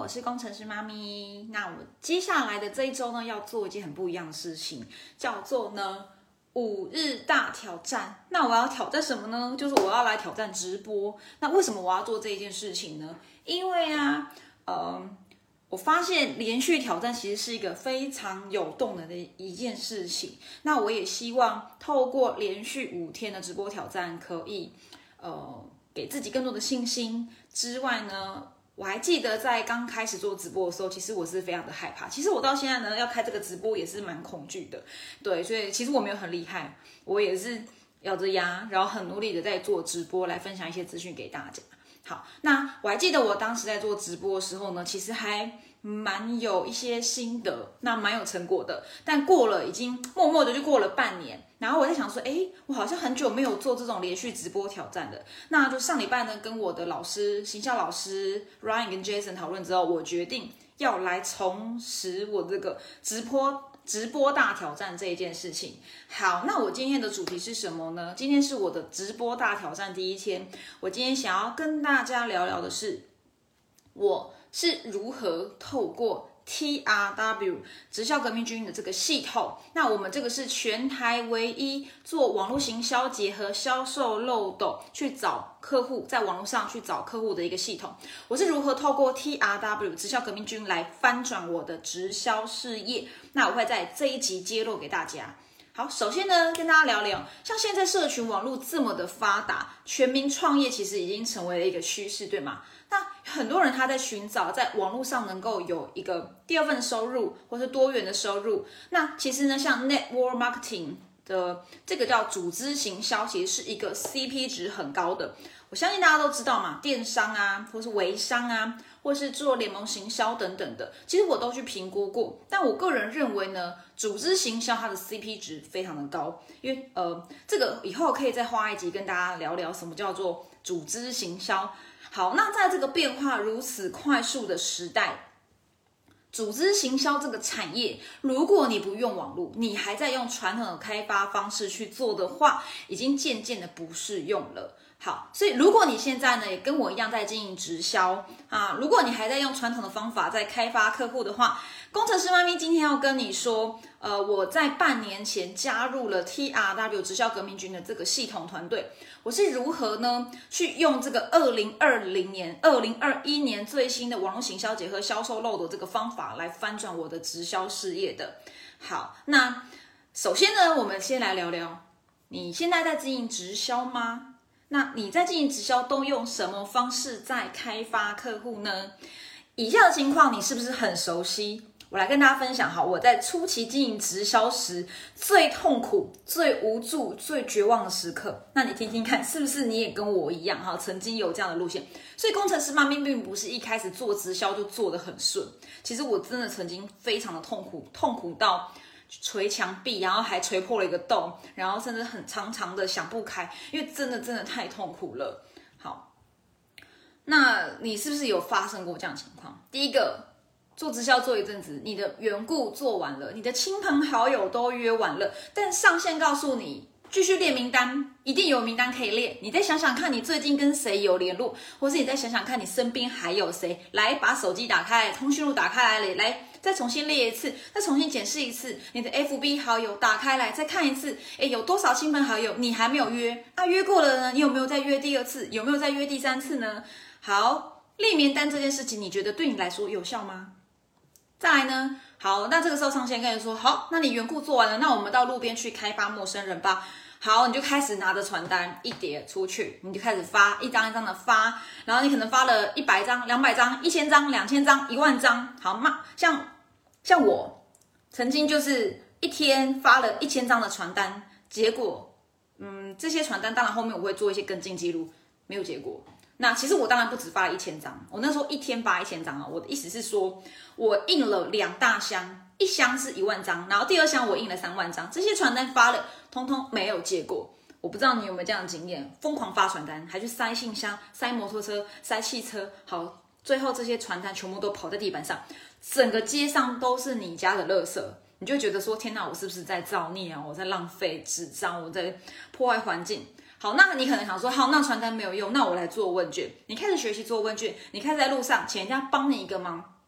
我是工程师妈咪。那我接下来的这一周呢，要做一件很不一样的事情，叫做呢5日大挑战。那我要挑战什么呢？就是我要来挑战直播。那为什么我要做这一件事情呢？因为啊，我发现连续挑战其实是一个非常有动能的一件事情。那我也希望透过连续5天的直播挑战，可以给自己更多的信心之外呢，我还记得在刚开始做直播的时候，其实我是非常的害怕。其实我到现在呢，要开这个直播也是蛮恐惧的，对，所以其实我没有很厉害，我也是咬着牙，然后很努力的在做直播，来分享一些资讯给大家。好，那我还记得我当时在做直播的时候呢，其实还蛮有一些心得，那蛮有成果的。但过了已经默默的就过了半年，然后我在想说，我好像很久没有做这种连续直播挑战的。那就上礼拜呢，跟我的老师行销老师 Ryan 跟 Jason 讨论之后，我决定要来重拾我这个直播大挑战这一件事情。好，那我今天的主题是什么呢？今天是我的直播大挑战第1天。我今天想要跟大家聊聊的是，我是如何透过 TRW 直销革命军的这个系统。那我们这个是全台唯一做网络行销结合销售漏斗去找客户，在网络上去找客户的一个系统。我是如何透过 TRW 直销革命军来翻转我的直销事业。那我会在这一集揭露给大家。好，首先呢，跟大家聊聊，像现在社群网络这么的发达，全民创业其实已经成为了一个趋势，对吗？那很多人他在寻找在网络上能够有一个第2份收入，或是多元的收入。那其实呢，像 Network Marketing 的这个叫组织行销，其实是一个 CP 值很高的。我相信大家都知道嘛，电商啊，或是微商啊，或是做联盟行销等等的，其实我都去评估过。但我个人认为呢，组织行销它的 CP 值非常的高，因为这个以后可以再花一集跟大家聊聊什么叫做组织行销。好，那在这个变化如此快速的时代，组织行销这个产业，如果你不用网络，你还在用传统的开发方式去做的话，已经渐渐的不适用了。好，所以如果你现在呢也跟我一样在经营直销啊，如果你还在用传统的方法在开发客户的话，工程师妈咪今天要跟你说，我在半年前加入了 TRW 直销革命军的这个系统团队。我是如何呢去用这个2021年最新的网络行销结合销售漏斗这个方法来翻转我的直销事业的。好，那首先呢，我们先来聊聊，你现在在经营直销吗？那你在经营直销都用什么方式在开发客户呢？以下的情况你是不是很熟悉？我来跟大家分享，好，我在初期经营直销时最痛苦、最无助、最绝望的时刻。那你听听看，是不是你也跟我一样哈，曾经有这样的路线？所以工程师妈咪并不是一开始做直销就做得很顺，其实我真的曾经非常的痛苦到捶墙壁，然后还捶破了一个洞，然后甚至很长的想不开，因为真的太痛苦了。好，那你是不是有发生过这样的情况？第一个，做直销做一阵子，你的缘故做完了，你的亲朋好友都约完了，但上线告诉你继续列名单，一定有名单可以列。你再想想看，你最近跟谁有联络，或是你再想想看，你身边还有谁？来，把手机打开，通讯录打开来，来再重新列一次，再重新检视一次你的 FB 好友，打开来再看一次，有多少亲朋好友你还没有约？约过了呢？你有没有再约第2次？有没有再约第3次呢？好，列名单这件事情，你觉得对你来说有效吗？再来呢？好，那这个时候上线跟你说，好，那你缘故做完了，那我们到路边去开发陌生人吧。好，你就开始拿着传单一叠出去，你就开始发，一张一张的发，然后你可能发了100张、200张、1000张、2000张、10000张。好嘛，像我曾经就是一天发了1000张的传单，结果这些传单当然后面我会做一些跟进记录，没有结果。那其实我当然不止发了1000张，我那时候一天发1000张啊。我的意思是说，我印了2大箱，一箱是10000张，然后第2箱我印了3万张，这些传单发了，通通没有结果。我不知道你有没有这样的经验，疯狂发传单，还去塞信箱、塞摩托车、塞汽车，好，最后这些传单全部都跑在地板上，整个街上都是你家的垃圾。你就觉得说，天哪，我是不是在造孽啊？我在浪费纸张，我在破坏环境。好，那你可能想说，好，那传单没有用，那我来做问卷。你开始学习做问卷，你开始在路上请人家帮你一个忙，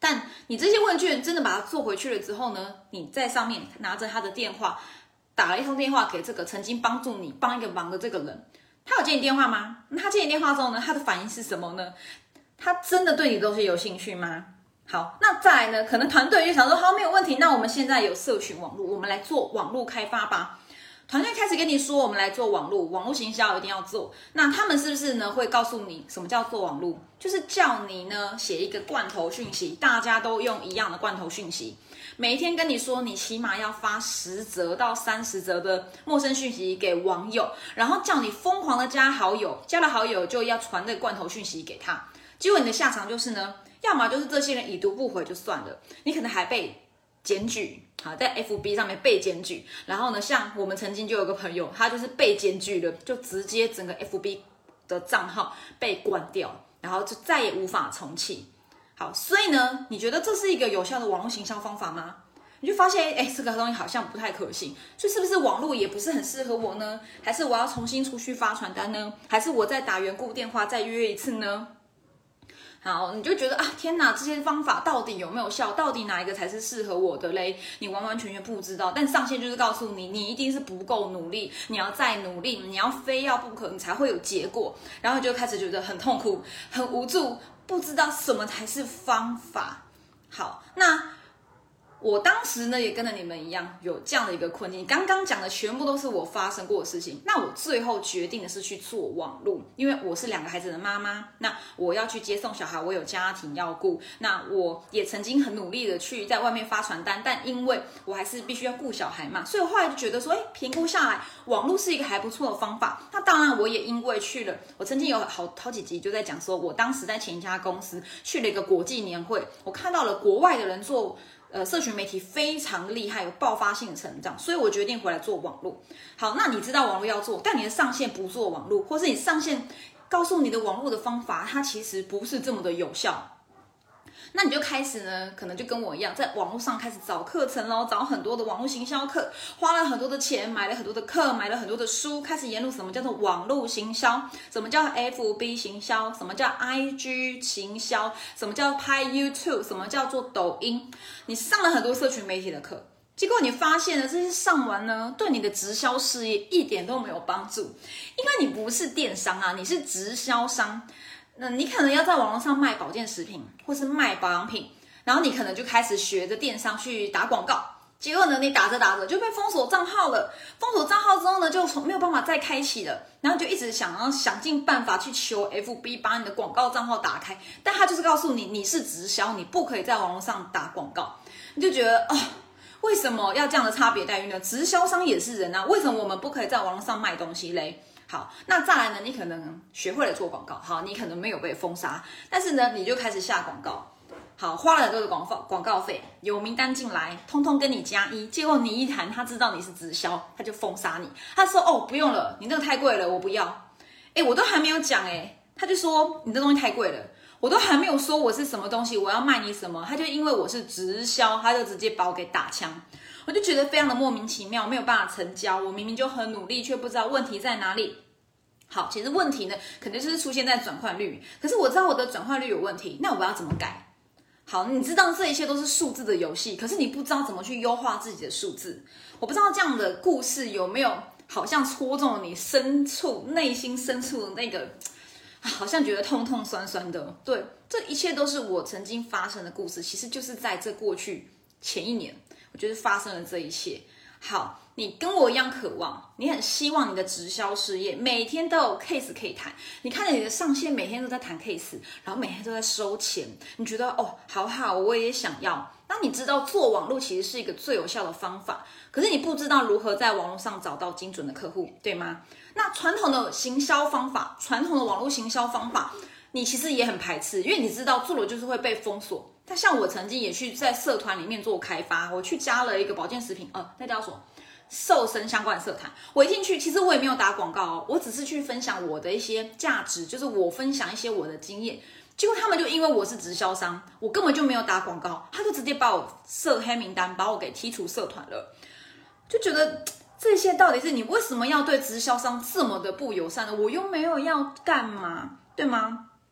但你这些问卷真的把它做回去了之后呢，你在上面拿着他的电话，打了一通电话给这个曾经帮助你帮一个忙的这个人，他有接你电话吗？那他接你电话之后呢，他的反应是什么呢？他真的对你的东西有兴趣吗？好，那再来呢，可能团队就想说，好，没有问题，那我们现在有社群网络，我们来做网络开发吧。团队开始跟你说，我们来做网络行销一定要做。那他们是不是呢会告诉你什么叫做网络？就是叫你呢写一个罐头讯息，大家都用一样的罐头讯息，每一天跟你说你起码要发10则到30则的陌生讯息给网友，然后叫你疯狂的加好友，加了好友就要传这个罐头讯息给他。结果你的下场就是呢，要么就是这些人已读不回就算了，你可能还被检举，好，在 FB 上面被检举，然后呢，像我们曾经就有个朋友，他就是被检举了，就直接整个 FB 的账号被关掉，然后就再也无法重启。好，所以呢，你觉得这是一个有效的网络行销方法吗？你就发现，这个东西好像不太可行，所以是不是网络也不是很适合我呢？还是我要重新出去发传单呢？还是我再打缘故电话再约一次呢？好，你就觉得啊，天哪，这些方法到底有没有效？到底哪一个才是适合我的嘞？你完完全全不知道。但上线就是告诉你，你一定是不够努力，你要再努力，你要非要不可，你才会有结果。然后就开始觉得很痛苦、很无助，不知道什么才是方法。好，那我当时呢也跟着你们一样有这样的一个困境，刚刚讲的全部都是我发生过的事情。那我最后决定的是去做网路，因为我是2个孩子的妈妈，那我要去接送小孩，我有家庭要顾，那我也曾经很努力的去在外面发传单，但因为我还是必须要顾小孩嘛，所以我后来就觉得说，评估下来网路是一个还不错的方法。那当然我也因为去了，我曾经有好几集就在讲说，我当时在前一家公司去了一个国际年会，我看到了国外的人做社群媒体非常厉害，有爆发性的成长，所以我决定回来做网络。好，那你知道网络要做，但你的上线不做网络，或是你上线告诉你的网络的方法，它其实不是这么的有效。那你就开始呢，可能就跟我一样，在网络上开始找课程咯，找很多的网络行销课，花了很多的钱，买了很多的课，买了很多的书，开始研究什么叫做网络行销，什么叫 FB 行销，什么叫 IG 行销，什么叫拍 YouTube， 什么叫做抖音。你上了很多社群媒体的课，结果你发现了这些上完呢，对你的直销事业一点都没有帮助，因为你不是电商啊，你是直销商。你可能要在网络上卖保健食品，或是卖保养品，然后你可能就开始学着电商去打广告，结果呢，你打着就被封锁账号了。封锁账号之后呢，就没有办法再开启了，然后就一直想尽办法去求 FB 把你的广告账号打开，但他就是告诉你，你是直销，你不可以在网络上打广告。你就觉得为什么要这样的差别待遇呢？直销商也是人啊，为什么我们不可以在网络上卖东西嘞？好，那再来呢？你可能学会了做广告，好，你可能没有被封杀，但是呢，你就开始下广告，好，花了很多的广告费，有名单进来，通通跟你加1，结果你一谈，他知道你是直销，他就封杀你，他说不用了，你这个太贵了，我不要，我都还没有讲他就说你这东西太贵了，我都还没有说我是什么东西，我要卖你什么，他就因为我是直销，他就直接把我给打枪。我就觉得非常的莫名其妙，没有办法成交。我明明就很努力，却不知道问题在哪里。好，其实问题呢，肯定就是出现在转换率。可是我知道我的转换率有问题，那我要怎么改？好，你知道这一切都是数字的游戏，可是你不知道怎么去优化自己的数字。我不知道这样的故事有没有好像戳中了你内心深处的那个，好像觉得痛痛酸酸的。对，这一切都是我曾经发生的故事，其实就是在这过去前1年。我觉得发生了这一切。好，你跟我一样渴望，你很希望你的直销事业每天都有 case 可以谈。你看着你的上线每天都在谈 case， 然后每天都在收钱，你觉得好好，我也想要。当你知道做网络其实是一个最有效的方法，可是你不知道如何在网络上找到精准的客户，对吗？那传统的行销方法，传统的网络行销方法，你其实也很排斥，因为你知道做了就是会被封锁。但像我曾经也去在社团里面做开发，我去加了一个保健食品，那叫什么瘦身相关的社团。我一进去，其实我也没有打广告我只是去分享我的一些价值，就是我分享一些我的经验。结果他们就因为我是直销商，我根本就没有打广告，他就直接把我设黑名单，把我给剔除社团了。就觉得这些到底是你为什么要对直销商这么的不友善呢？我又没有要干嘛，对吗？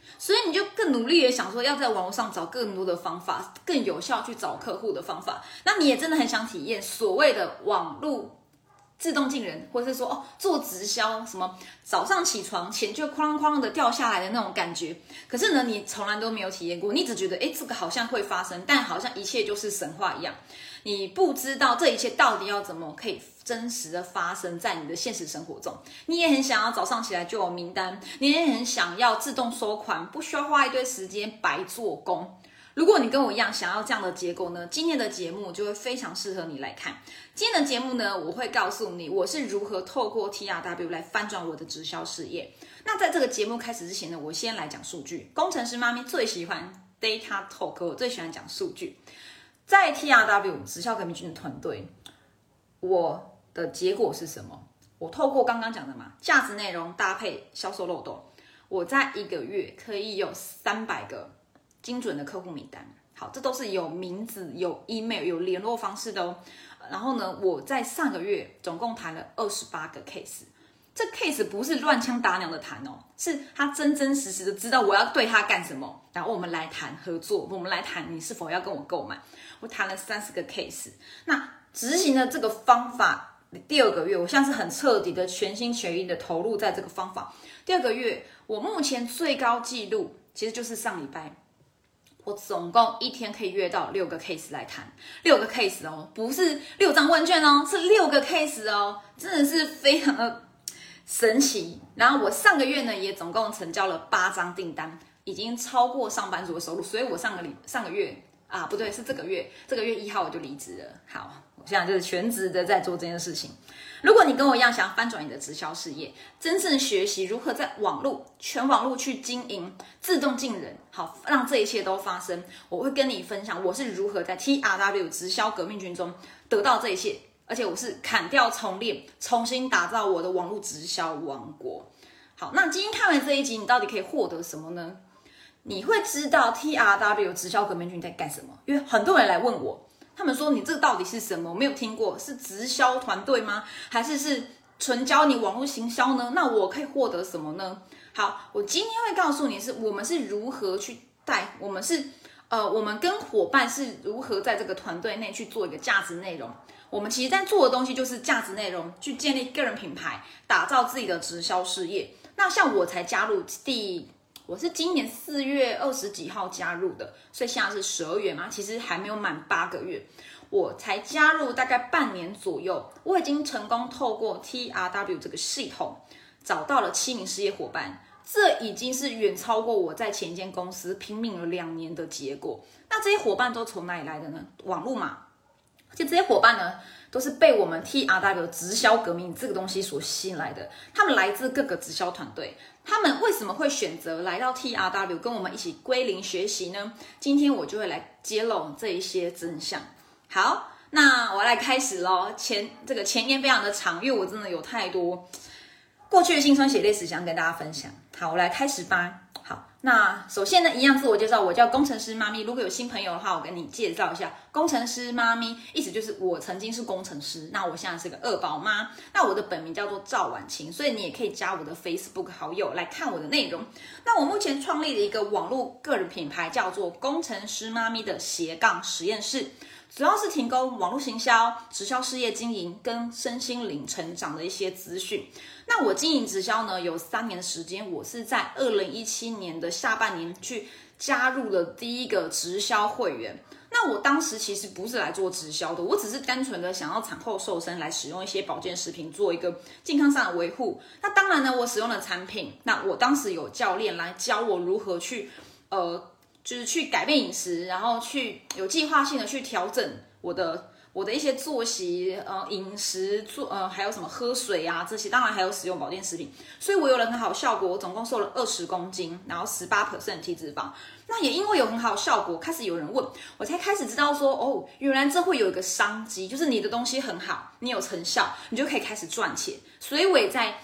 所以你就更努力的想说要在网络上找更多的方法，更有效去找客户的方法。那你也真的很想体验所谓的网络自动进人，或者是说做直销，什么早上起床钱就哐啷哐啷的掉下来的那种感觉。可是呢，你从来都没有体验过，你只觉得这个好像会发生，但好像一切就是神话一样。你不知道这一切到底要怎么可以真实的发生在你的现实生活中。你也很想要早上起来就有名单，你也很想要自动收款，不需要花一堆时间白做工。如果你跟我一样想要这样的结果呢，今天的节目就会非常适合你来看。今天的节目呢，我会告诉你我是如何透过 TRW 来翻转我的直销事业。那在这个节目开始之前呢，我先来讲数据。工程师妈咪最喜欢 Data Talk， 我最喜欢讲数据。在 TRW 直销革命军的团队，我的结果是什么？我透过刚刚讲的嘛，价值内容搭配销售漏斗，我在1个月可以有300个精准的客户名单。好，这都是有名字、有 email、有联络方式的哦。然后呢，我在上个月总共谈了28个 case。这 case 不是乱枪打鸟的谈哦，是他真真实实的知道我要对他干什么，然后我们来谈合作，我们来谈你是否要跟我购买。我谈了30个 case。那执行的这个方法，第2个月我像是很彻底的全心全意的投入在这个方法。第2个月我目前最高纪录其实就是上礼拜，我总共1天可以约到6个 case 来谈，6个 case 哦，不是6张问卷哦，是6个 case 哦，真的是非常的神奇。然后我上个月呢也总共成交了8张订单，已经超过上班族的收入，所以我上个月不对，是这个月1号我就离职了。好，我现在就是全职的在做这件事情。如果你跟我一样想要翻转你的直销事业，真正学习如何在全网络去经营，自动进人，好，让这一切都发生，我会跟你分享我是如何在 TRW 直销革命军中得到这一切，而且我是砍掉重练，重新打造我的网络直销王国。好，那今天看完这一集，你到底可以获得什么呢？你会知道 TRW 直销革命军在干什么，因为很多人来问我，他们说你这到底是什么？我没有听过，是直销团队吗？还是纯教你网络行销呢？那我可以获得什么呢？好，我今天会告诉你我们是如何去带，我们跟伙伴是如何在这个团队内去做一个价值内容。我们其实在做的东西就是价值内容，去建立个人品牌，打造自己的直销事业。那像我才加入我是今年4月20几号加入的，所以现在是12月嘛，其实还没有满8个月，我才加入大概半年左右，我已经成功透过 TRW 这个系统找到了7名事业伙伴，这已经是远超过我在前一间公司拼命了2年的结果。那这些伙伴都从哪里来的呢？网络嘛，而且这些伙伴呢都是被我们 TRW 直销革命这个东西所吸引来的，他们来自各个直销团队。他们为什么会选择来到 TRW 跟我们一起归零学习呢？今天我就会来揭露这一些真相。好，那我来开始咯。这个前言非常的长，因为我真的有太多过去的辛酸血泪史想跟大家分享。好，我来开始吧。好，那首先呢，一样自我介绍，我叫工程师妈咪。如果有新朋友的话，我跟你介绍一下，工程师妈咪意思就是我曾经是工程师，那我现在是个2宝妈。那我的本名叫做赵婉晴，所以你也可以加我的 Facebook 好友来看我的内容。那我目前创立了一个网络个人品牌，叫做工程师妈咪的斜杠实验室，主要是提供网络行销、直销事业经营跟身心灵成长的一些资讯。那我经营直销呢，有3年的时间，我是在2017年的下半年去加入了第一个直销会员。那我当时其实不是来做直销的，我只是单纯的想要产后瘦身，来使用一些保健食品做一个健康上的维护。那当然呢，我使用了产品，那我当时有教练来教我如何去就是去改变饮食，然后去有计划性的去调整我的一些作息，饮食还有什么喝水啊这些，当然还有使用保健食品，所以我有了很好的效果，我总共瘦了20公斤，然后18% 体脂肪。那也因为有很好的效果，开始有人问，我才开始知道说，原来这会有一个商机，就是你的东西很好，你有成效，你就可以开始赚钱。所以我也在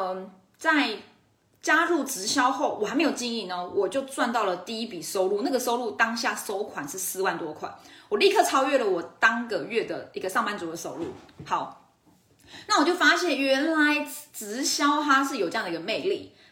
加入直销后，我还没有经营呢，我就赚到了第一笔收入。那个收入当下收款是4万多块，我立刻超越了我当个月的一个上班族的收入。好，那我就发现原来直销它是有这样的一个魅力。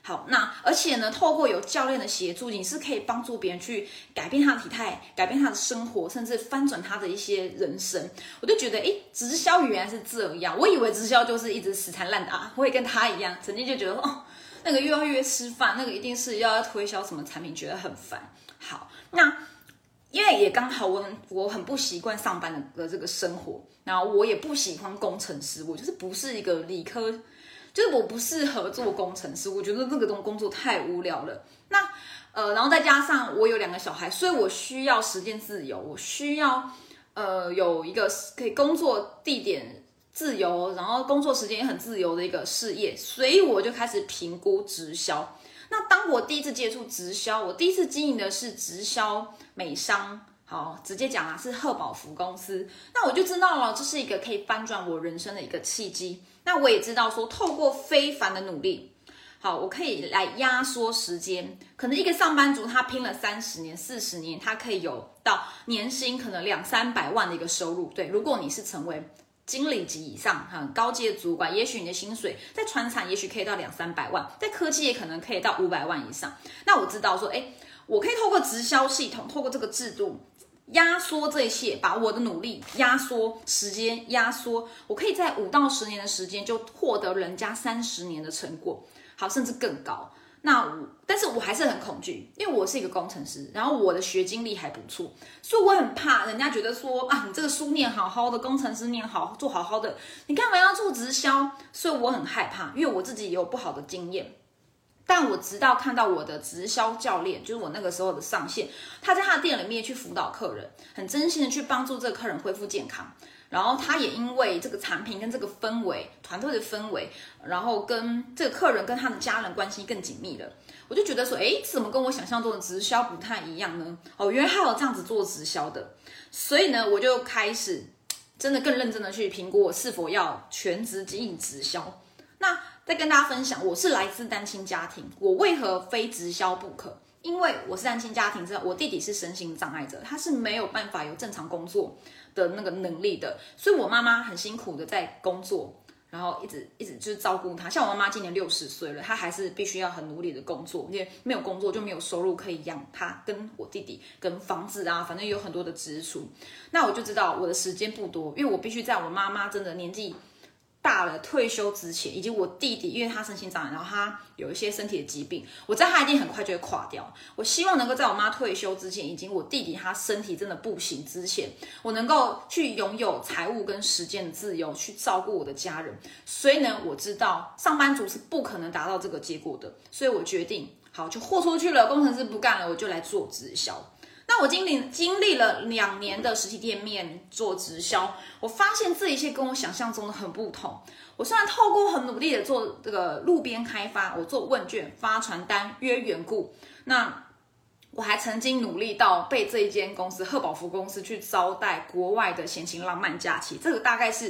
好，那而且呢，透过有教练的协助，你是可以帮助别人去改变他的体态，改变他的生活，甚至翻转他的一些人生。我就觉得，直销原来是这样。我以为直销就是一直死缠烂打，我也跟他一样，曾经就觉得那个又要约吃饭，那个一定是要推销什么产品，觉得很烦。好，那因为也刚好我很不习惯上班的这个生活，然后我也不喜欢工程师，我就是不是一个理科。就是我不适合做工程师，我觉得这个工作太无聊了。那然后再加上我有2个小孩，所以我需要时间自由，我需要有一个可以工作地点自由，然后工作时间也很自由的一个事业，所以我就开始评估直销。那当我第一次接触直销，我第一次经营的是直销美商。好，直接讲是贺宝福公司。那我就知道了，这是一个可以翻转我人生的一个契机。那我也知道说，透过非凡的努力，好，我可以来压缩时间。可能一个上班族他拼了30年、40年，他可以有到年薪可能200-300万的一个收入。对，如果你是成为经理级以上，很高阶的主管，也许你的薪水在传产也许可以到200-300万，在科技也可能可以到500万以上。那我知道说，我可以透过直销系统，透过这个制度。压缩这一切，把我的努力压缩时间，压缩，我可以在5到10年的时间就获得人家30年的成果，好，甚至更高。但是我还是很恐惧，因为我是一个工程师，然后我的学经历还不错，所以我很怕人家觉得说你这个书念好好的，工程师念好，做好好的，你干嘛要做直销？所以我很害怕，因为我自己也有不好的经验。但我直到看到我的直销教练，就是我那个时候的上线，他在他的店里面去辅导客人，很真心的去帮助这个客人恢复健康。然后他也因为这个产品跟这个氛围，团队的氛围，然后跟这个客人跟他的家人关系更紧密了。我就觉得说，怎么跟我想象中的直销不太一样呢？原来还有这样子做直销的。所以呢，我就开始真的更认真的去评估我是否要全职经营直销。那再跟大家分享，我是来自单亲家庭，我为何非直销不可？因为我是单亲家庭之后，我弟弟是身心障碍者，他是没有办法有正常工作的那个能力的，所以我妈妈很辛苦的在工作，然后一直就是照顾他。像我妈妈今年60岁了，她还是必须要很努力的工作，因为没有工作就没有收入可以养她跟我弟弟，跟房子啊，反正有很多的支出。那我就知道我的时间不多，因为我必须在我妈妈真的年纪大了退休之前，以及我弟弟，因为他身心障碍，然后他有一些身体的疾病，我知道他一定很快就会垮掉。我希望能够在我妈退休之前，以及我弟弟他身体真的不行之前，我能够去拥有财务跟时间的自由，去照顾我的家人。所以呢，我知道上班族是不可能达到这个结果的，所以我决定好就豁出去了，工程师不干了，我就来做直销。那我经历了2年的实体店面做直销，我发现这一切跟我想象中的很不同。我虽然透过很努力的做这个路边开发，我做问卷、发传单、约缘故，那我还曾经努力到被这一间公司贺宝福公司去招待国外的闲情浪漫假期，这个大概是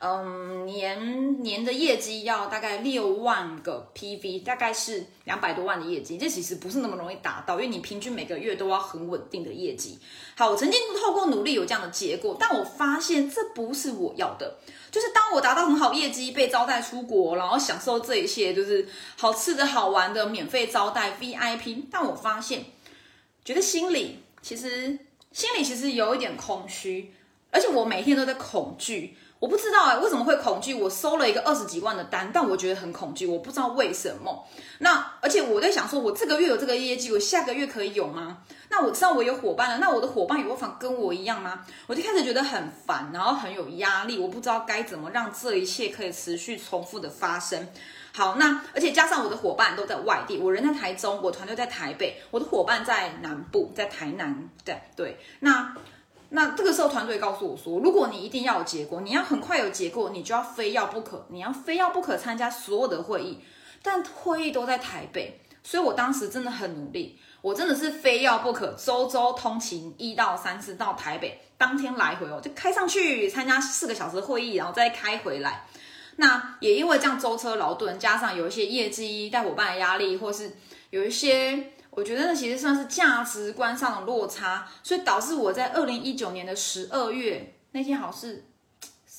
年的业绩要大概6万个 PV， 大概是200多万的业绩，这其实不是那么容易达到，因为你平均每个月都要很稳定的业绩。好，我曾经透过努力有这样的结果，但我发现这不是我要的。就是当我达到很好业绩，被招待出国，然后享受这一切，就是好吃的好玩的免费招待 VIP， 但我发现觉得心里其实有一点空虚，而且我每天都在恐惧。我不知道为什么会恐惧，我收了一个20几万的单，但我觉得很恐惧，我不知道为什么。那而且我在想说，我这个月有这个业绩，我下个月可以有吗？那我知道我有伙伴了，那我的伙伴有办法跟我一样吗？我就开始觉得很烦，然后很有压力，我不知道该怎么让这一切可以持续重复的发生。好，那而且加上我的伙伴都在外地，我人在台中，我团队在台北，我的伙伴在南部，在台南，对，那这个时候团队告诉我说，如果你一定要有结果，你要很快有结果，你就要非要不可，你要非要不可参加所有的会议，但会议都在台北，所以我当时真的很努力，我真的是非要不可，周通勤1到3次到台北，当天来回就开上去参加4个小时的会议，然后再开回来。那也因为这样舟车劳顿，加上有一些业绩带伙伴的压力，或是有一些我觉得那其实算是价值观上的落差，所以导致我在2019年的12月那天好像是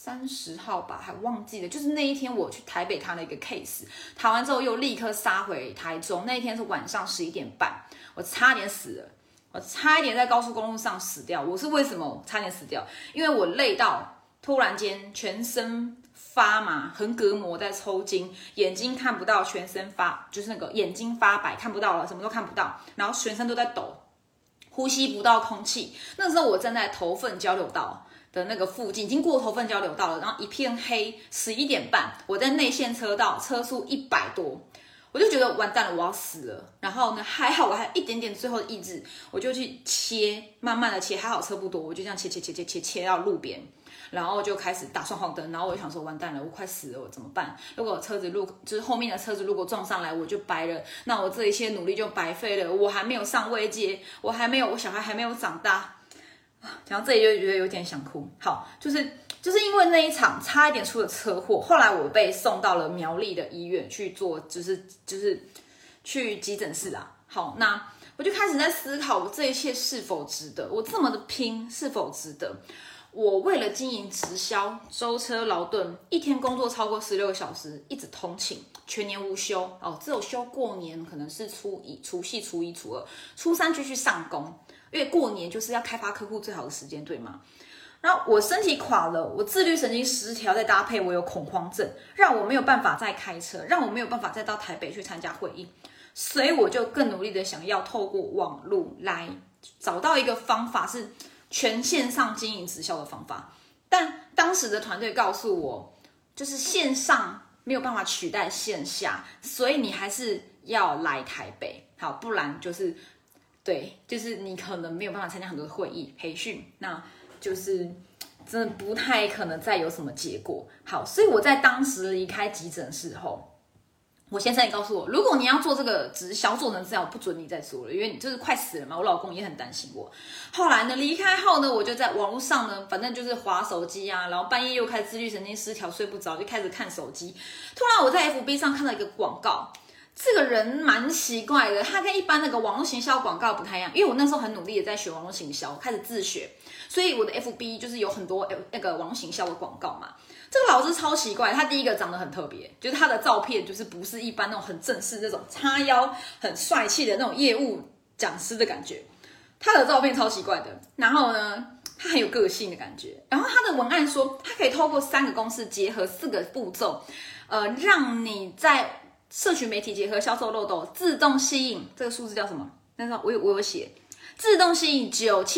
30号吧，还忘记了。就是那一天我去台北谈了一个 case， 谈完之后又立刻杀回台中。那一天是晚上11点半，我差点死了，我差一点在高速公路上死掉。我是为什么差点死掉？因为我累到突然间全身发麻，横膈膜在抽筋，眼睛看不到，全身发就是那个眼睛发白，看不到了，什么都看不到，然后全身都在抖，呼吸不到空气。那时候我站在头份交流道的那个附近，已经过头份交流道了，然后一片黑，11点半，我在内线车道，车速100多，我就觉得完蛋了，我要死了。然后呢，还好我还有一点点最后的意志，我就去切，慢慢的切，还好车不多，我就这样切到路边。然后就开始打双黄灯，然后我就想说完蛋了，我快死了，我怎么办？如果车子就是后面的车子如果撞上来，我就白了，那我这一切努力就白费了。我还没有上位阶，我小孩还没有长大，讲到这里就觉得有点想哭。好，就是因为那一场差一点出了车祸，后来我被送到了苗栗的医院去做，就是去急诊室啦。好，那我就开始在思考，我这一切是否值得？我这么的拼是否值得？我为了经营直销，舟车劳顿，一天工作超过16个小时，一直通勤，全年无休哦，只有休过年，可能是初一、初一、初二，初三继续上工，因为过年就是要开发客户最好的时间，对吗？然后我身体垮了，我自律神经失调，再搭配我有恐慌症，让我没有办法再开车，让我没有办法再到台北去参加会议，所以我就更努力的想要透过网络来找到一个方法是全线上经营直销的方法。但当时的团队告诉我，就是线上没有办法取代线下，所以你还是要来台北，好，不然就是你可能没有办法参加很多的会议培训，那就是真的不太可能再有什么结果。好，所以我在当时离开急诊室后，我先生也告诉我，如果你要做这个直销做成这样，我不准你再做了，因为你就是快死了嘛。我老公也很担心我。后来呢，离开后呢，我就在网络上呢，反正就是滑手机啊，然后半夜又开始自律神经失调，睡不着，就开始看手机。突然我在 FB 上看到一个广告，这个人蛮奇怪的，他跟一般那个网络行销广告不太一样。因为我那时候很努力的在学网络行销，开始自学，所以我的 FB 就是有很多那个网络行销的广告嘛。这个老师超奇怪，他第一个长得很特别，就是他的照片就是不是一般那种很正式那种叉腰很帅气的那种业务讲师的感觉，他的照片超奇怪的。然后呢，他很有个性的感觉。然后他的文案说，他可以透过3个公式结合4个步骤，让你在社群媒体结合销售漏斗，自动吸引这个数字叫什么？那时候我有写，自动吸引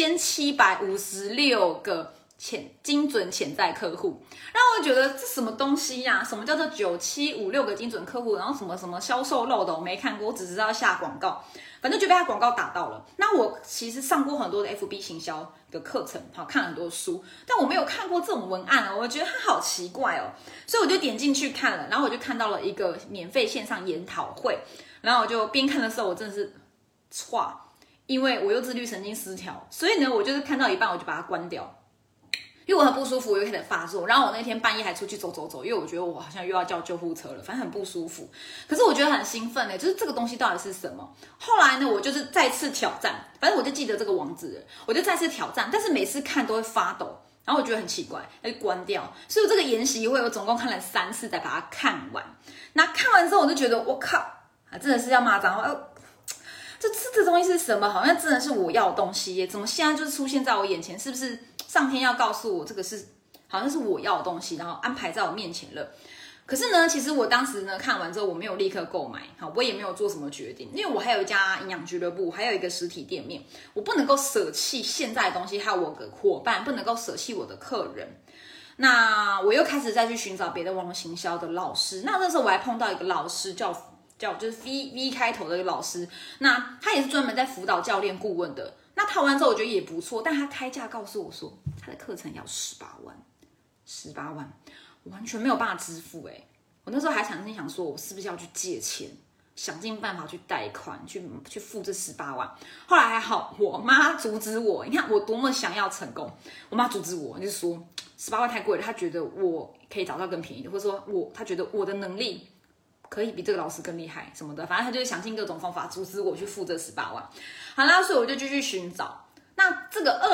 9756个精准潜在客户。然后我觉得这什么东西呀？什么叫做9756个精准客户？然后什么什么销售漏斗没看过，我只知道下广告，反正就被他广告打到了。那我其实上过很多的 FB 行销的课程，好，看了很多书，但我没有看过这种文案哦，我觉得它好奇怪哦，所以我就点进去看了，然后我就看到了一个免费线上研讨会，然后我就边看的时候，我真的是因为我又自律神经失调，所以呢，我就是看到一半我就把它关掉。因为我很不舒服，我又开始发作，然后我那天半夜还出去走，因为我觉得我好像又要叫救护车了，反正很不舒服。可是我觉得很兴奋就是这个东西到底是什么？后来呢，我就是再次挑战，反正我就记得这个网址了，我就再次挑战，但是每次看都会发抖，然后我觉得很奇怪，那就关掉。所以我这个研习会我总共看了3次才把它看完。那看完之后，我就觉得我靠，真的是要骂脏话。这东西是什么？好像真的是我要的东西耶，怎么现在就是出现在我眼前？是不是上天要告诉我这个是好像是我要的东西，然后安排在我面前了？可是呢，其实我当时呢看完之后，我没有立刻购买，好，我也没有做什么决定，因为我还有一家营养俱乐部，还有一个实体店面，我不能够舍弃现在的东西，还有我的伙伴，不能够舍弃我的客人。那我又开始再去寻找别的网络行销的老师，那时候我还碰到一个老师叫就是 V 开头的一个老师，那他也是专门在辅导教练顾问的。那谈完之后我觉得也不错，但他开价告诉我说他的课程要18万，我完全没有办法支付我那时候还曾经想说，我是不是要去借钱，想尽办法去贷款去付这18万。后来还好，我妈阻止我。你看我多么想要成功，我妈阻止我，就是说18万太贵了，她觉得我可以找到更便宜的，或者说她觉得我的能力可以比这个老师更厉害什么的，反正他就是想尽各种方法阻止我去付这18万。好啦，所以我就继续寻找。 那这个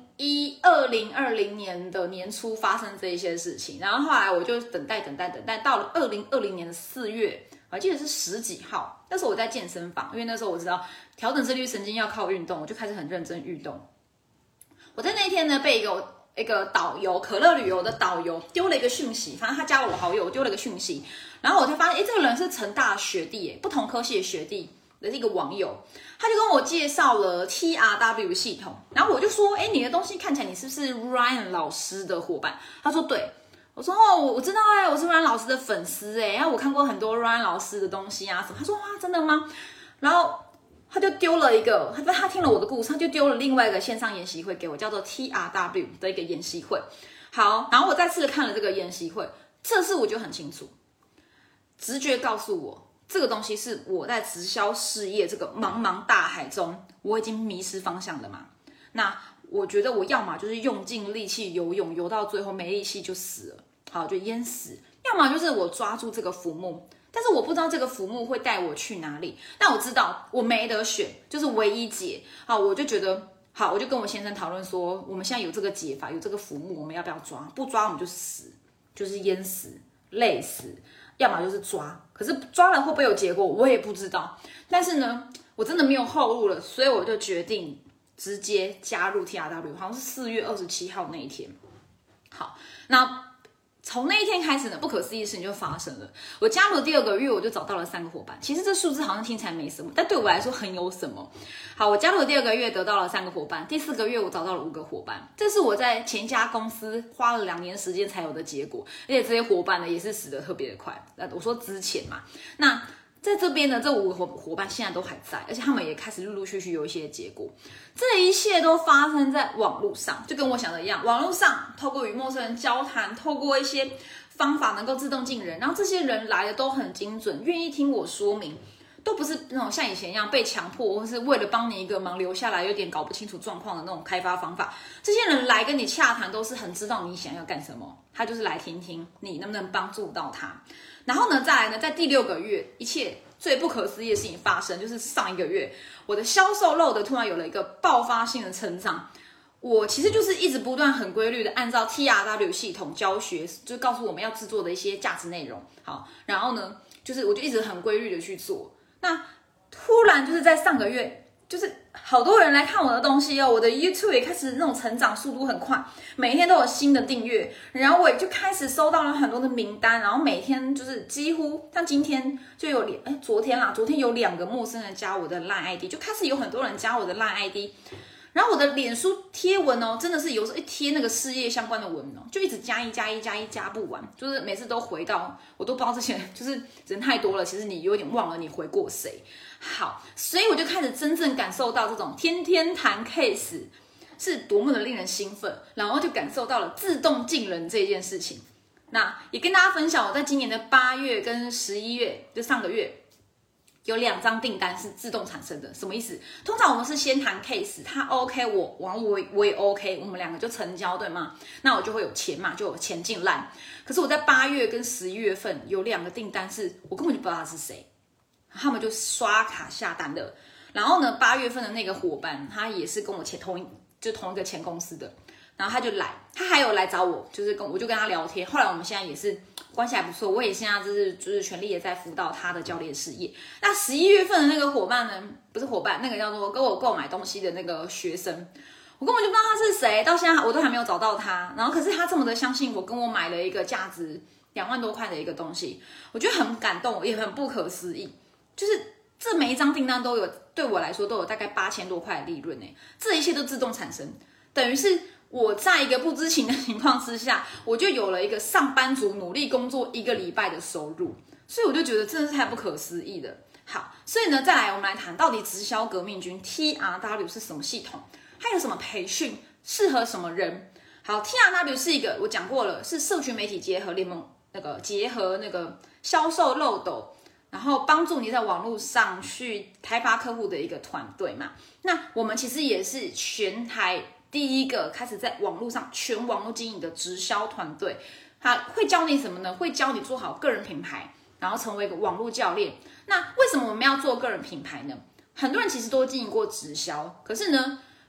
2020年的年初发生这一些事情，然后后来我就等待，到了2020年的4月，我记得是10几号，那时候我在健身房，因为那时候我知道调整自律神经要靠运动，我就开始很认真运动。我在那一天呢，被一个导游，可乐旅游的导游丢了一个讯息，反正他加了我好友，我丢了一个讯息，然后我才发现，这个人是成大的学弟，不同科系的学弟的一个网友，他就跟我介绍了 TRW 系统，然后我就说，你的东西看起来你是不是 Ryan 老师的伙伴？他说对，我说我知道我是 Ryan 老师的粉丝然后我看过很多 Ryan 老师的东西啊什么，他说哇真的吗？然后他就丢了一个，他听了我的故事，他就丢了另外一个线上研习会给我，叫做 TRW 的一个研习会。好，然后我再次看了这个研习会，这次我就很清楚，直觉告诉我，这个东西是我在直销事业这个茫茫大海中，我已经迷失方向了嘛。那我觉得我要么就是用尽力气游泳，游到最后没力气就死了，好就淹死；要么就是我抓住这个浮木。但是我不知道这个浮木会带我去哪里，但我知道我没得选，就是唯一解。好，我就觉得好，我就跟我先生讨论说，我们现在有这个解法，有这个浮木，我们要不要抓？不抓我们就死，就是淹死、累死，要么就是抓。可是抓了会不会有结果，我也不知道。但是呢，我真的没有后路了，所以我就决定直接加入 TRW， 好像是4月27号那一天。好，那从那一天开始呢，不可思议的事情就发生了。我加入的第2个月，我就找到了3个伙伴。其实这数字好像听起来没什么，但对我来说很有什么。好，我加入的第2个月得到了3个伙伴，第4个月我找到了5个伙伴。这是我在前一家公司花了2年时间才有的结果，而且这些伙伴呢也是死得特别的快。我说之前嘛，那在这边呢，这5个伙伴现在都还在，而且他们也开始陆陆续续有一些结果。这一切都发生在网络上，就跟我想的一样，网络上透过与陌生人交谈，透过一些方法能够自动进人，然后这些人来的都很精准，愿意听我说明，都不是那种像以前一样被强迫，或是为了帮你一个忙留下来，有点搞不清楚状况的那种开发方法。这些人来跟你洽谈，都是很知道你想要干什么，他就是来听听你能不能帮助到他。然后呢，再来呢，在第6个月，一切最不可思议的事情发生，就是上1个月，我的销售漏的突然有了一个爆发性的成长。我其实就是一直不断很规律的按照 TRW 系统教学，就告诉我们要制作的一些价值内容。好，然后呢，就是我就一直很规律的去做。那突然就是在上个月，就是好多人来看我的东西我的 YouTube 也开始那种成长速度很快，每天都有新的订阅，然后我也就开始收到了很多的名单，然后每天就是几乎像今天就有昨天有2个陌生人加我的 LINE ID， 就开始有很多人加我的 LINE ID。然后我的脸书贴文真的是有时候一贴那个事业相关的文就一直加不完，就是每次都回到我都不知道这些就是人太多了，其实你有点忘了你回过谁。好，所以我就开始真正感受到这种天天谈 case 是多么的令人兴奋，然后就感受到了自动进人这件事情。那也跟大家分享，我在今年的8月跟11月，就上个月。有2张订单是自动产生的，什么意思？通常我们是先谈 case， 他 OK， 我也 OK， 我们2个就成交，对吗？那我就会有钱嘛，就有钱进来。可是我在8月跟11月份有2个订单是我根本就不知道他是谁，他们就刷卡下单的。然后呢，8月份的那个伙伴，他也是跟我同一个前公司的，然后他就来，他还有来找我，我就跟他聊天。后来我们现在也是关系还不错，我也现在就是全力也在辅导他的教练事业。那11月份的那个伙伴呢，不是伙伴，那个叫做跟我购买东西的那个学生，我根本就不知道他是谁，到现在我都还没有找到他。然后可是他这么的相信我，跟我买了一个价值2万多块的一个东西，我觉得很感动，也很不可思议。就是这每一张订单都有，对我来说都有大概8000多块的利润这一切都自动产生，等于是我在一个不知情的情况之下，我就有了一个上班族努力工作1个礼拜的收入，所以我就觉得真的是太不可思议的。好，所以呢，再来我们来谈到底直销革命军 TRW 是什么系统，它有什么培训，适合什么人。好， TRW 是一个我讲过了，是社群媒体结合联盟结合销售漏斗，然后帮助你在网络上去开发客户的一个团队嘛。那我们其实也是全台第一个开始在网络上全网络经营的直销团队。他会教你什么呢？会教你做好个人品牌，然后成为一个网络教练。那为什么我们要做个人品牌呢？很多人其实都经营过直销，可是呢，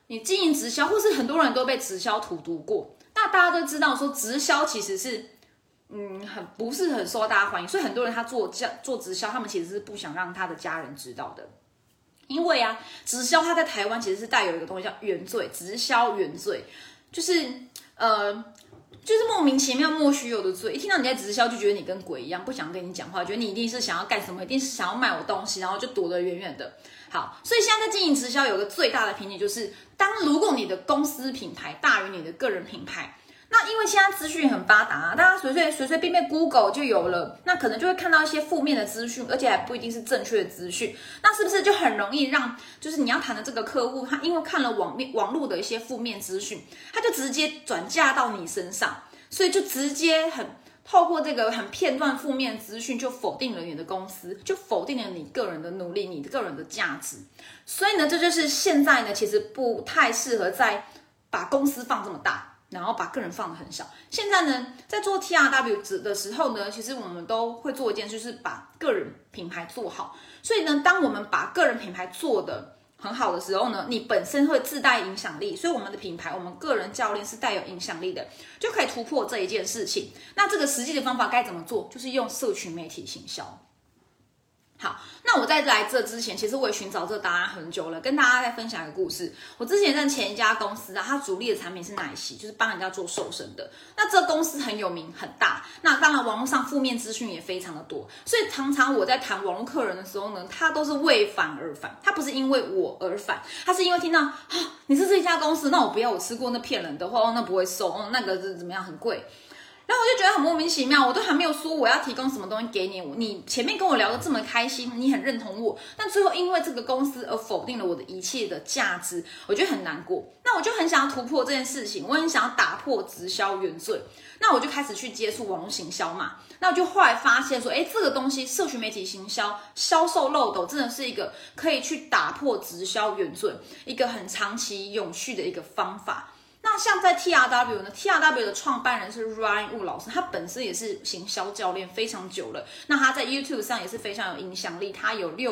你经营直销，或是很多人都被直销荼毒过。那大家都知道说，直销其实是不是很受到大家欢迎，所以很多人他做直销，他们其实是不想让他的家人知道的。因为啊，直销它在台湾其实是带有一个东西叫原罪，直销原罪，就是莫名其妙莫须有的罪，一听到你在直销就觉得你跟鬼一样，不想跟你讲话，觉得你一定是想要干什么，一定是想要卖我东西，然后就躲得远远的。好，所以现在在经营直销有个最大的瓶颈，就是如果你的公司品牌大于你的个人品牌，那因为现在资讯很发达啊，大家随便 Google 就有了，那可能就会看到一些负面的资讯，而且还不一定是正确的资讯，那是不是就很容易让就是你要谈的这个客户，他因为看了网络的一些负面资讯，他就直接转嫁到你身上，所以就直接透过这个很片段负面资讯，就否定了你的公司，就否定了你个人的努力，你个人的价值。所以呢，这就是现在呢，其实不太适合再把公司放这么大，然后把个人放得很小。现在呢，在做 TRW 的时候呢，其实我们都会做一件事，就是把个人品牌做好。所以呢，当我们把个人品牌做的很好的时候呢，你本身会自带影响力，所以我们的品牌，我们个人教练是带有影响力的，就可以突破这一件事情。那这个实际的方法该怎么做？就是用社群媒体行销。好，那我在来这之前，其实我也寻找这个答案很久了，跟大家再分享一个故事。我之前在前一家公司啊，它主力的产品是奶昔，就是帮人家做瘦身的。那这个公司很有名很大，那当然网络上负面资讯也非常的多，所以常常我在谈网络客人的时候呢，他都是为反而反，他不是因为我而反，他是因为听到你是这一家公司，那我不要，我吃过那骗人的，那不会瘦，那个怎么样很贵。然后我就觉得很莫名其妙，我都还没有说我要提供什么东西给你，你前面跟我聊得这么开心，你很认同我，但最后因为这个公司而否定了我的一切的价值，我觉得很难过。那我就很想要突破这件事情，我很想要打破直销原罪，那我就开始去接触网络行销嘛。那我就后来发现说，这个东西社群媒体行销销售漏斗真的是一个可以去打破直销原罪，一个很长期永续的一个方法。那像在 TRW 呢 ，TRW 的创办人是 Ryan Wu 老师，他本身也是行销教练非常久了。那他在 YouTube 上也是非常有影响力，他有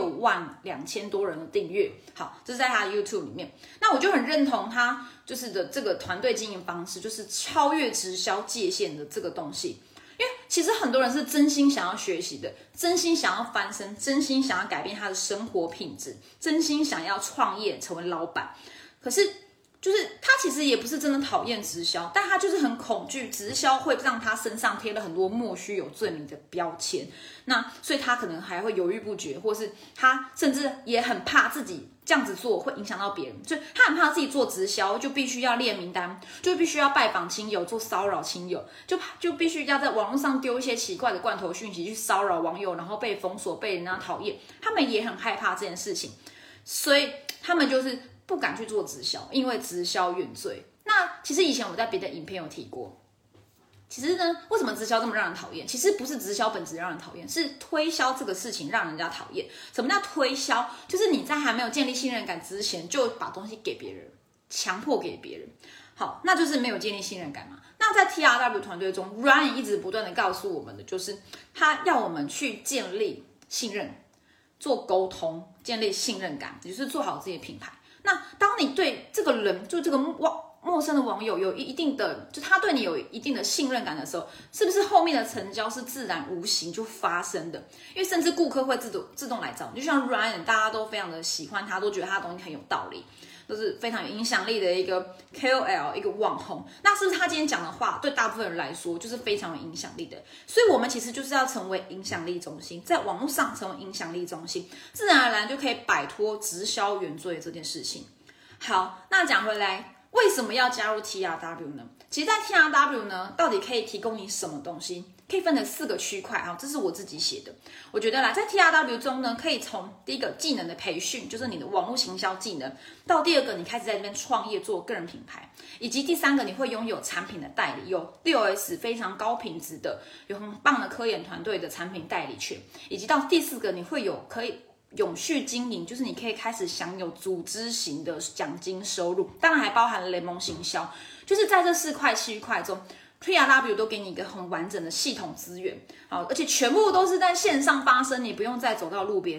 62000多人的订阅。好，这是在他的 YouTube 里面。那我就很认同他就是的这个团队经营方式，就是超越直销界限的这个东西。因为其实很多人是真心想要学习的，真心想要翻身，真心想要改变他的生活品质，真心想要创业成为老板。可是就是他其实也不是真的讨厌直销，但他就是很恐惧直销会让他身上贴了很多莫须有罪名的标签，那所以他可能还会犹豫不决，或是他甚至也很怕自己这样子做会影响到别人，所以他很怕自己做直销就必须要列名单，就必须要拜访亲友，做骚扰亲友，就必须要在网络上丢一些奇怪的罐头讯息去骚扰网友，然后被封锁，被人家讨厌，他们也很害怕这件事情，所以他们就是不敢去做直销，因为直销原罪。那其实以前我在别的影片有提过，其实呢，为什么直销这么让人讨厌？其实不是直销本质让人讨厌，是推销这个事情让人家讨厌。什么叫推销？就是你在还没有建立信任感之前，就把东西给别人，强迫给别人。好，那就是没有建立信任感嘛。那在 TRW 团队中 ，Ryan 一直不断的告诉我们的，就是他要我们去建立信任，做沟通，建立信任感，也就是做好自己的品牌。那当你对这个人，就这个陌生的网友有一定的，就他对你有一定的信任感的时候，是不是后面的成交是自然无形就发生的？因为甚至顾客会自动来找你，就像 Ryan， 大家都非常的喜欢他，都觉得他的东西很有道理，都是非常有影响力的一个 KOL， 一个网红。那是不是他今天讲的话对大部分人来说就是非常有影响力的？所以我们其实就是要成为影响力中心，在网络上成为影响力中心，自然而然就可以摆脱直销原罪这件事情。好，那讲回来，为什么要加入 TRW 呢？其实在 TRW 呢，到底可以提供你什么东西？可以分成4个区块啊，这是我自己写的。我觉得啦，在 TRW 中呢，可以从第一个技能的培训，就是你的网络行销技能，到第2个你开始在这边创业做个人品牌，以及第3个你会拥有产品的代理，有6S 非常高品质的，有很棒的科研团队的产品代理权，以及到第4个你会有可以永续经营，就是你可以开始享有组织型的奖金收入，当然还包含了联盟行销，就是在这4块区块中 TRW 都给你一个很完整的系统资源，好，而且全部都是在线上发生，你不用再走到路边去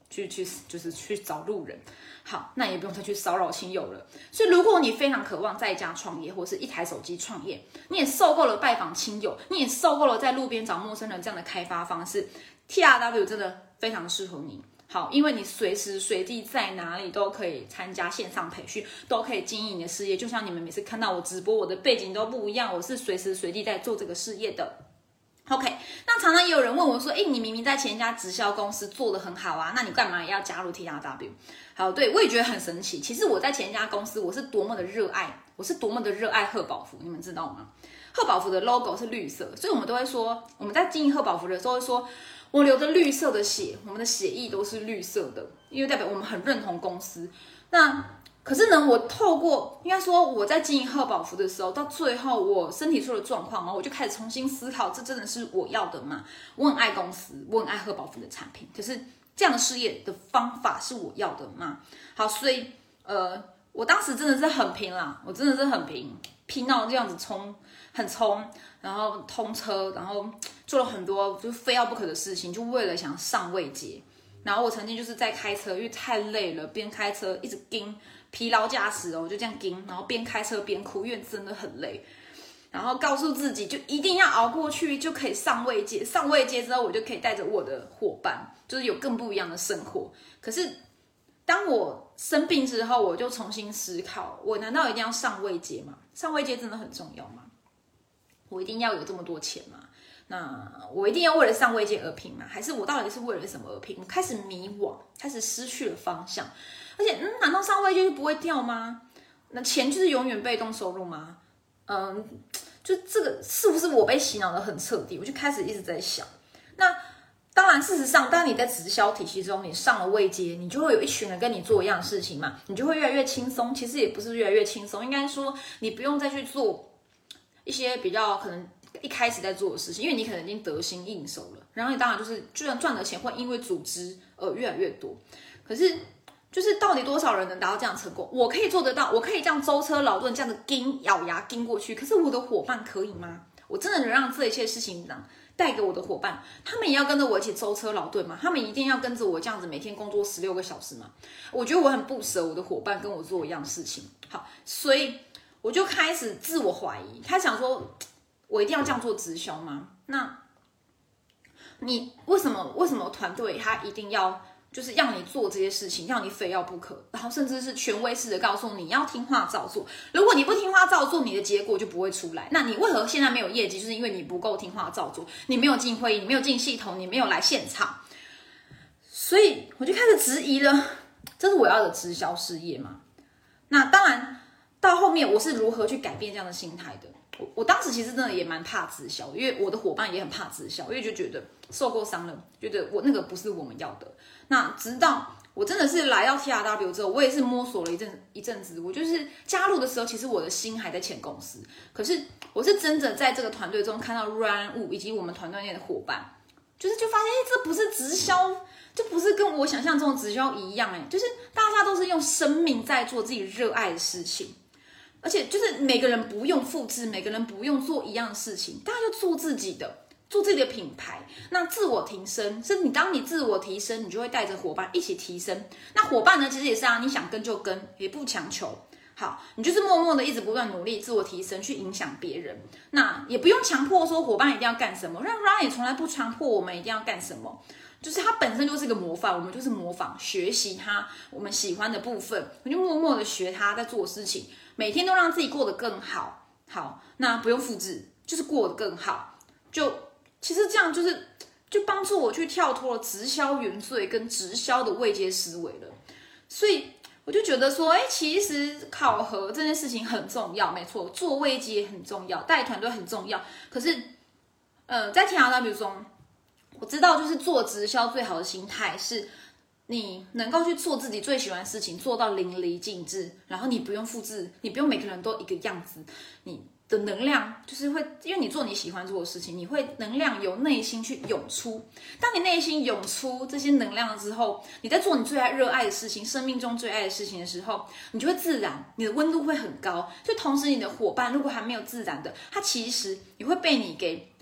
就是去找路人。好，那也不用再去骚扰亲友了。所以，如果你非常渴望在家创业，或是一台手机创业，你也受够了拜访亲友，你也受够了在路边找陌生人这样的开发方式 ，TRW 真的非常适合你。好，因为你随时随地在哪里都可以参加线上培训，都可以经营你的事业。就像你们每次看到我直播，我的背景都不一样，我是随时随地在做这个事业的。OK， 那常常也有人问我说，你明明在前一家直销公司做得很好啊，那你干嘛也要加入 TRW？ 好，对，我也觉得很神奇。其实我在前一家公司，我是多么的热爱贺宝福，你们知道吗？贺宝福的 logo 是绿色，所以我们都会说，我们在经营贺宝福的时候会说，我流着绿色的血，我们的血液都是绿色的，因为代表我们很认同公司。那可是呢，我透过应该说我在经营贺宝福的时候，到最后我身体出了状况，然后我就开始重新思考，这真的是我要的吗？我很爱公司，我很爱贺宝福的产品，可是这样的事业的方法是我要的吗？好，所以我当时真的是很拼啦，我真的是很拼到这样子很冲，然后通车，然后做了很多就非要不可的事情，就为了想上位阶。然后我曾经就是在开车，因为太累了，边开车一直盯疲劳驾驶哦，就这样盯，然后边开车边哭，因为真的很累。然后告诉自己就一定要熬过去，就可以上位阶。上位阶之后，我就可以带着我的伙伴，就是有更不一样的生活。可是当我生病之后，我就重新思考：我难道一定要上位阶吗？上位阶真的很重要吗？我一定要有这么多钱吗？那我一定要为了上位阶而拼吗？还是我到底是为了什么而拼？我开始迷惘，开始失去了方向。而且，难道上位阶就不会掉吗？那钱就是永远被动收入吗？就这个是不是我被洗脑的很彻底？我就开始一直在想。那当然，事实上，当你在直销体系中，你上了位阶，你就会有一群人跟你做一样的事情嘛，你就会越来越轻松。其实也不是越来越轻松，应该说你不用再去做一些比较可能一开始在做的事情，因为你可能已经得心应手了。然后你当然就是就算赚的钱会因为组织而越来越多，可是就是到底多少人能达到这样的成果？我可以做得到，我可以这样舟车劳顿这样的咬牙盯过去。可是我的伙伴可以吗？我真的能让这一切事情带给我的伙伴，他们也要跟着我一起舟车劳顿吗？他们一定要跟着我这样子每天工作16个小时吗？我觉得我很不舍我的伙伴跟我做一样事情。好，所以我就开始自我怀疑，开始想说，我一定要这样做直销吗？那你为什么团队他一定要就是让你做这些事情，让你非要不可，然后甚至是权威式的告诉你要听话照做。如果你不听话照做，你的结果就不会出来。那你为何现在没有业绩？就是因为你不够听话照做，你没有进会议，你没有进系统，你没有来现场。所以我就开始质疑了，这是我要的直销事业吗？那当然，到后面我是如何去改变这样的心态的？我当时其实真的也蛮怕直销，因为我的伙伴也很怕直销，因为就觉得受过伤了，觉得我那个不是我们要的。那直到我真的是来到 TRW 之后，我也是摸索了一阵子。我就是加入的时候，其实我的心还在前公司，可是我是真的在这个团队中看到软物以及我们团队内的伙伴，就发现这不是直销，就不是跟我想象中的直销一样就是大家都是用生命在做自己热爱的事情。而且就是每个人不用复制，每个人不用做一样的事情，大家就做自己的品牌。那自我提升是当你自我提升，你就会带着伙伴一起提升。那伙伴呢，其实也是你想跟就跟，也不强求。好，你就是默默的一直不断努力自我提升，去影响别人。那也不用强迫说伙伴一定要干什么，让 Ryan 也从来不强迫我们一定要干什么。就是他本身就是个模范，我们就是模仿学习他我们喜欢的部分，我就默默的学他在做事情，每天都让自己过得更好。好，那不用复制，就是过得更好。其实这样就帮助我去跳脱了直销原罪跟直销的位阶思维了。所以我就觉得说，其实考核这件事情很重要，没错，做位阶很重要，带团队很重要。可是，在 TRW 中，我知道就是做直销最好的心态是，你能够去做自己最喜欢的事情，做到淋漓尽致，然后你不用复制，你不用每个人都一个样子，你的能量就是会，因为你做你喜欢做的事情，你会能量由内心去涌出。当你内心涌出这些能量之后，你在做你最热爱的事情，生命中最爱的事情的时候，你就会自然，你的温度会很高。就同时你的伙伴如果还没有自然的，他其实也会被你给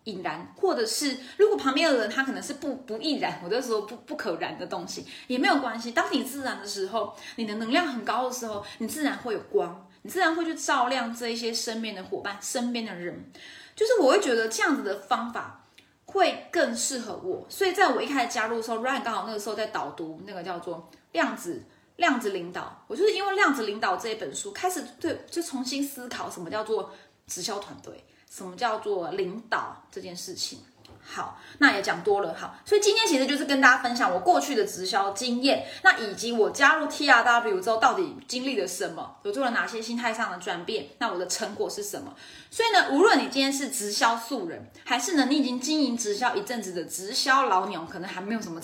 引燃，或者是如果旁边的人他可能是不易燃，我就说不可燃的东西也没有关系。当你自燃的时候，你的能量很高的时候，你自然会有光，你自然会去照亮这一些身边的伙伴、身边的人。就是我会觉得这样子的方法会更适合我，所以在我一开始加入的时候 ，Ryan 刚好那个时候在导读那个叫做量子领导，我就是因为量子领导这一本书开始就重新思考什么叫做直销团队，什么叫做领导这件事情。好，那也讲多了。好，所以今天其实就是跟大家分享我过去的直销经验，那以及我加入 TRW 之后到底经历了什么，有做了哪些心态上的转变，那我的成果是什么。所以呢，无论你今天是直销素人，还是呢你已经经营直销一阵子的直销老鸟，可能还没有什么